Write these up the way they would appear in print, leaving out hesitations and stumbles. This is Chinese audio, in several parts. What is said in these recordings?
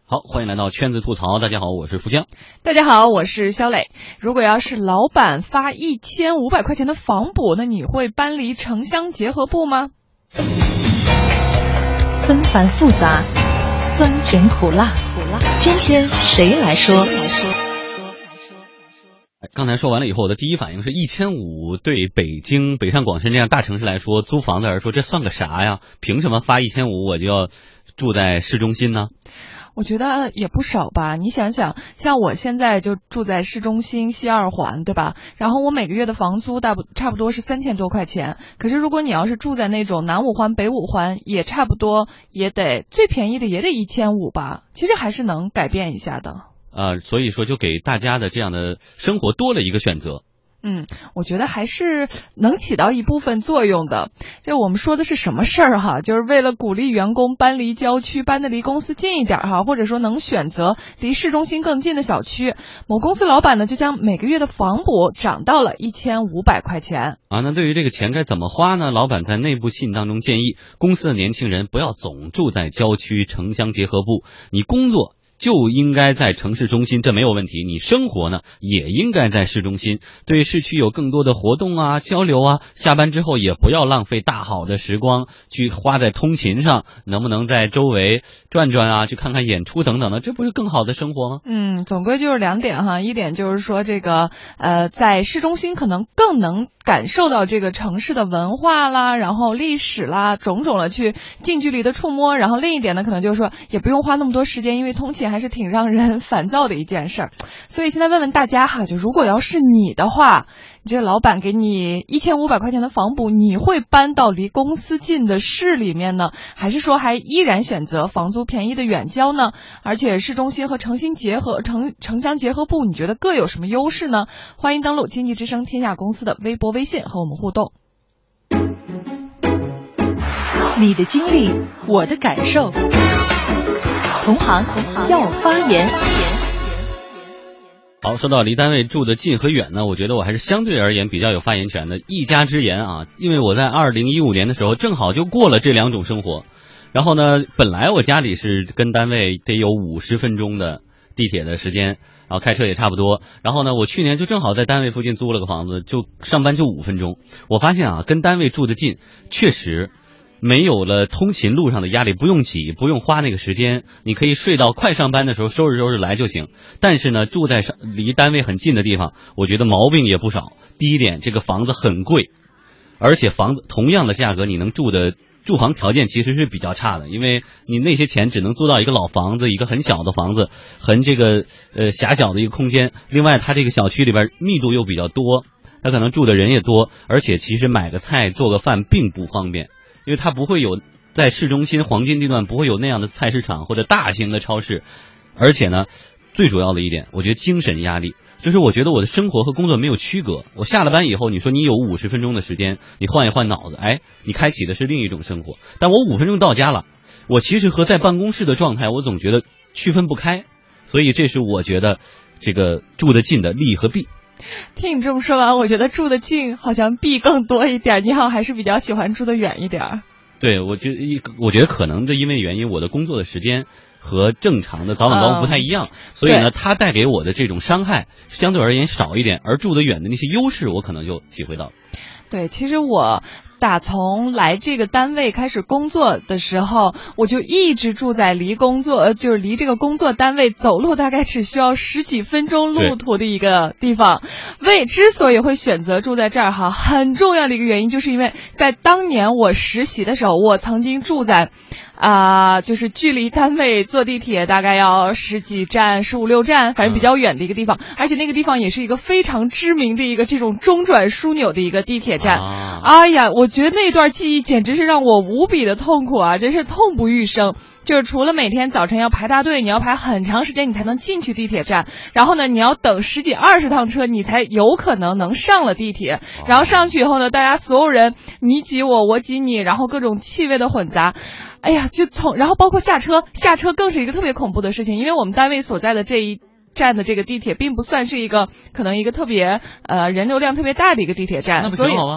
好，欢迎来到圈子吐槽。大家好，我是福江。 大家好，我是肖磊。如果要是老板发1500块钱的房补，那你会搬离城乡结合部吗？ 纷繁复杂，酸甜苦辣，今天谁来说？ 刚才说完了以后，我的第一反应是1500对北京、北上广深这样大城市来说，租房子来说，这算个啥呀？凭什么发1500我就要住在市中心呢？ 我觉得也不少吧，你想想，像我现在就住在市中心西二环，对吧？然后我每个月的房租差不多是3000多块钱。可是如果你要是住在那种南五环、北五环，也差不多，也得最便宜的也得1500吧。其实还是能改变一下的。 所以说就给大家的这样的生活多了一个选择。 我觉得还是能起到一部分作用的。就我们说的是什么事儿哈？就是为了鼓励员工搬离郊区，搬得离公司近一点哈，或者说能选择离市中心更近的小区。某公司老板呢，就将每个月的房补涨到了1500块钱。 那对于这个钱该怎么花呢？老板在内部信当中建议，公司的年轻人不要总住在郊区城乡结合部，你工作就应该在城市中心，这没有问题。你生活呢，也应该在市中心，对市区有更多的活动啊、交流啊。下班之后也不要浪费大好的时光去花在通勤上，能不能在周围转转啊，去看看演出等等的，这不是更好的生活吗？ 总归就是2点哈，一点就是说这个在市中心可能更能感受到这个城市的文化啦，然后历史啦，种种的去近距离的触摸。然后另一点呢，可能就是说也不用花那么多时间，因为通勤还是挺让人烦躁的一件事儿。所以现在问问大家哈，就如果要是你的话，你这个老板给你1500块钱的房补，你会搬到离公司近的市里面呢，还是说还依然选择房租便宜的远郊呢？而且市中心和城乡结合部，你觉得各有什么优势呢？欢迎登录经济之声天下公司的微博微信和我们互动。 你的经历，我的感受，同行要发言。 好，说到离单位住的近和远呢，我觉得我还是相对而言比较有发言权的，一家之言啊。因为我在2015年的时候正好就过了这2种生活。然后呢，本来我家里是跟单位得有50分钟的地铁的时间，然后开车也差不多。然后呢，我去年就正好在单位附近租了个房子，就上班就5分钟。我发现跟单位住得近，确实没有了通勤路上的压力，不用挤，不用花那个时间，你可以睡到快上班的时候收拾收拾来就行。但是呢，住在离单位很近的地方，我觉得毛病也不少。第一点，这个房子很贵，而且房子同样的价格，你能住房条件其实是比较差的，因为你那些钱只能租到一个老房子，一个很小的房子，很这个狭小的一个空间。另外它这个小区里边密度又比较多，它可能住的人也多，而且其实买个菜做个饭并不方便，因为它不会有在市中心黄金地段不会有那样的菜市场或者大型的超市。而且呢，最主要的一点，我觉得精神压力，就是我觉得我的生活和工作没有区隔。我下了班以后，你说你有50分钟的时间，你换一换脑子，你开启的是另一种生活。但我5分钟到家了，我其实和在办公室的状态，我总觉得区分不开。所以这是我觉得这个住得近的利和弊。 听你这么说完，我觉得住得近好像弊更多一点，你好像还是比较喜欢住得远一点。 对，我觉得可能因为原因，我的工作的时间和正常的早晚高不太一样，所以呢，它带给我的这种伤害相对而言少一点，而住得远的那些优势，我可能就体会到了。 对，其实我打从来这个单位开始工作的时候，我就一直住在离这个工作单位走路大概只需要10几分钟路途的一个地方。之所以会选择住在这儿哈，很重要的一个原因就是因为在当年我实习的时候，我曾经住在就是距离单位坐地铁大概要10几站、15、16站，反正比较远的一个地方，而且那个地方也是一个非常知名的一个这种中转枢纽的一个地铁站。哎呀，我觉得那段记忆简直是让我无比的痛苦啊，真是痛不欲生。就是除了每天早晨要排大队，你要排很长时间你才能进去地铁站，然后呢你要等10几20趟车你才有可能上了地铁，然后上去以后呢，大家所有人你挤我，我挤你，然后各种气味的混杂。哎呀，然后包括下车更是一个特别恐怖的事情，因为我们单位所在的这一站的这个地铁并不算是可能一个特别人流量特别大的一个地铁站， 那不挺好吗？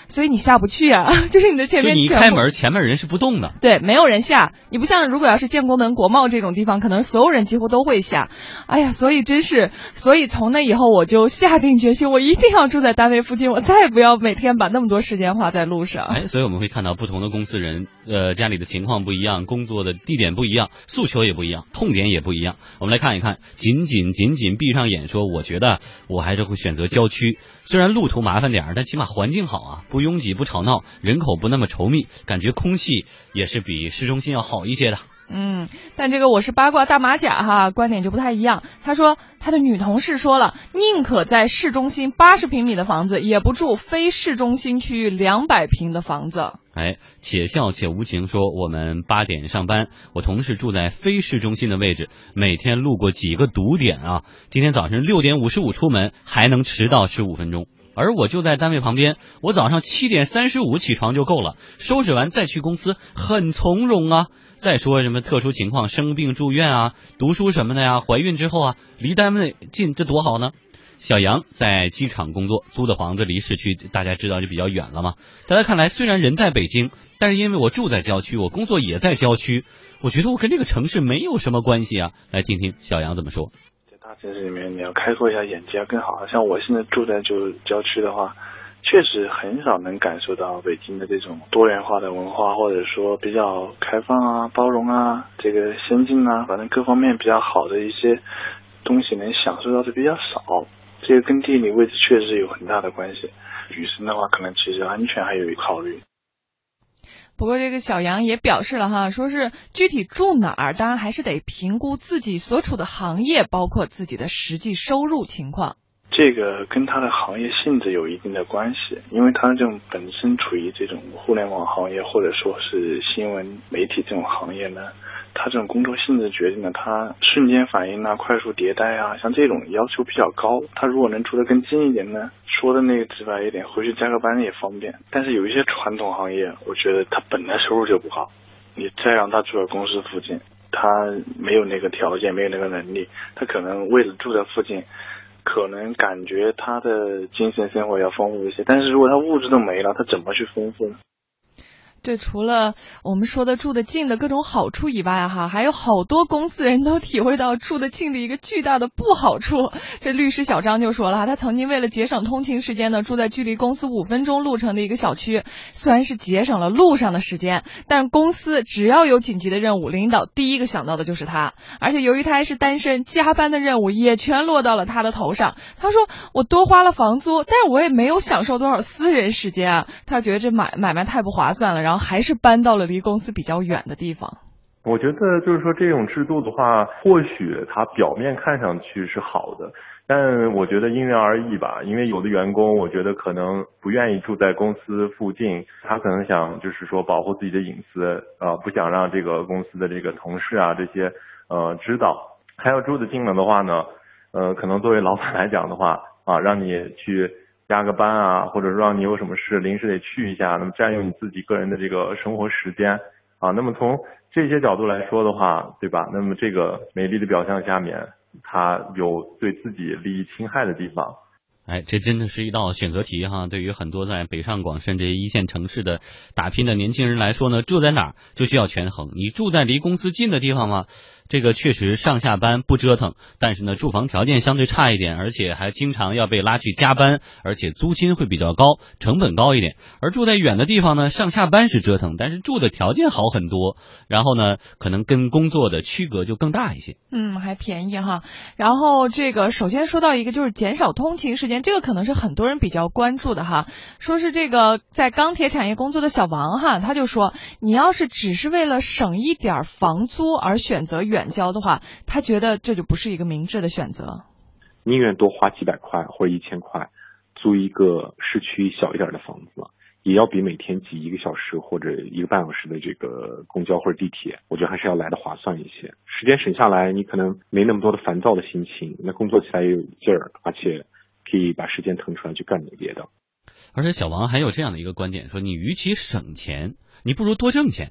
所以你下不去啊，就是你的前面就你一开门，前面人是不动的。 对，没有人下。你不像如果要是建国门、国贸这种地方，可能所有人几乎都会下。哎呀，所以从那以后我就下定决心，我一定要住在单位附近，我再也不要每天把那么多时间花在路上。 所以我们会看到不同的公司人，家里的情况不一样，工作的地点不一样，诉求也不一样，痛点也不一样。我们来看一看，仅闭上眼说，我觉得我还是会选择郊区，虽然路途麻烦点，但起码环境好啊，不拥挤不吵闹，人口不那么稠密，感觉空气也是比市中心要好一些的。 但这个我是八卦大马甲哈，观点就不太一样。他说他的女同事说了，宁可在市中心80平米的房子，也不住非市中心区域200平的房子。 且笑且无情说，我们8点上班，我同事住在非市中心的位置，每天路过几个堵点啊，今天早上6点55出门，还能迟到15分钟。而我就在单位旁边，我早上7点35起床就够了，收拾完再去公司，很从容啊。再说什么特殊情况，生病住院啊，读书什么的呀，怀孕之后啊，离单位近，这多好呢。小杨在机场工作，租的房子离市区大家知道就比较远了嘛。大家看来虽然人在北京，但是因为我住在郊区，我工作也在郊区，我觉得我跟这个城市没有什么关系啊。来听听小杨怎么说。 在大城市里面，你要开阔一下眼界要更好。像我现在住在就郊区的话，确实很少能感受到北京的这种多元化的文化，或者说比较开放啊、包容啊、这个先进啊，反正各方面比较好的一些东西能享受到的比较少。这个跟地理位置确实有很大的关系。女生的话，可能其实安全还有一考虑。 不过这个小杨也表示了哈，说是具体住哪儿，当然还是得评估自己所处的行业，包括自己的实际收入情况。 这个跟它的行业性质有一定的关系，因为它这种本身处于这种互联网行业或者说是新闻媒体这种行业呢，它这种工作性质决定了它瞬间反应啊、快速迭代啊，像这种要求比较高。它如果能住得更近一点呢，说的那个直白一点，回去加个班也方便。但是有一些传统行业，我觉得它本来收入就不好，你再让他住在公司附近，他没有那个条件，没有那个能力，他可能为了住在附近，可能感觉他的精神生活要丰富一些，但是如果他物质都没了，他怎么去丰富呢？ 这除了我们说的住得近的各种好处以外哈，还有好多公司人都体会到住得近的一个巨大的不好处。这律师小张就说了，他曾经为了节省通勤时间呢，住在距离公司5分钟路程的一个小区，虽然是节省了路上的时间，但公司只要有紧急的任务，领导第一个想到的就是他。而且由于他还是单身，加班的任务也全落到了他的头上。他说我多花了房租，但是我也没有享受多少私人时间啊。他觉得这买卖太不划算了，然后还是搬到了离公司比较远的地方。 我觉得就是说这种制度的话，或许它表面看上去是好的，但我觉得因人而异吧。因为有的员工我觉得可能不愿意住在公司附近，他可能想就是说保护自己的隐私，不想让这个公司的这个同事啊这些知道。还有住得近了的话呢，可能作为老板来讲的话让你去加个班啊，或者说让你有什么事临时得去一下，那么占用你自己个人的这个生活时间那么从这些角度来说的话，对吧？那么这个美丽的表象下面，它有对自己利益侵害的地方。 这真的是一道选择题哈。对于很多在北上广深这些一线城市的打拼的年轻人来说呢，住在哪儿就需要权衡。你住在离公司近的地方吗？这个确实上下班不折腾，但是呢，住房条件相对差一点，而且还经常要被拉去加班，而且租金会比较高，成本高一点。而住在远的地方呢，上下班是折腾，但是住的条件好很多，然后呢，可能跟工作的区隔就更大一些。 还便宜哈。然后这个首先说到一个就是减少通勤时间，这个可能是很多人比较关注的哈。说是这个在钢铁产业工作的小王哈，他就说，你要是只是为了省一点房租而选择远郊的话，他觉得这就不是一个明智的选择。 宁愿多花几百块或者1000块租一个市区小一点的房子，也要比每天挤1个小时或者1个半小时的这个公交或者地铁，我觉得还是要来的划算一些。时间省下来，你可能没那么多的烦躁的心情，那工作起来也有劲儿，而且可以把时间腾出来去干点别的。 而且小王还有这样的一个观点，说你与其省钱，你不如多挣钱。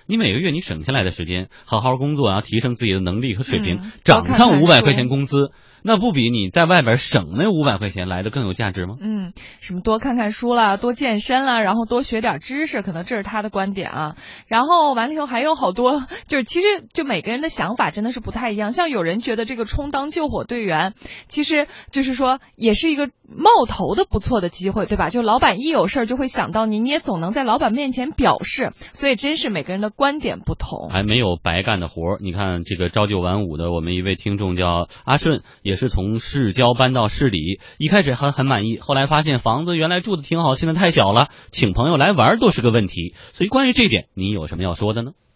你每个月你省下来的时间，好好工作，然后提升自己的能力和水平， 涨上500块钱工资，那不比你在外边省那500块钱来的更有价值吗？ 什么多看看书啦，多健身啦，然后多学点知识，可能这是他的观点啊。然后完了以后还有好多，就是其实就每个人的想法真的是不太一样。像有人觉得这个充当救火队员，其实就是说也是一个冒头的不错的机会，对吧？就老板一有事儿就会想到你，你也总能在老板面前表示。所以真是每个人的观点不同， 还没有白干的活儿。你看这个朝九晚五的，我们一位听众叫阿顺，也是从市郊搬到市里，一开始还很满意，后来发现房子原来住的挺好，现在太小了，请朋友来玩都是个问题。所以关于这一点，你有什么要说的呢？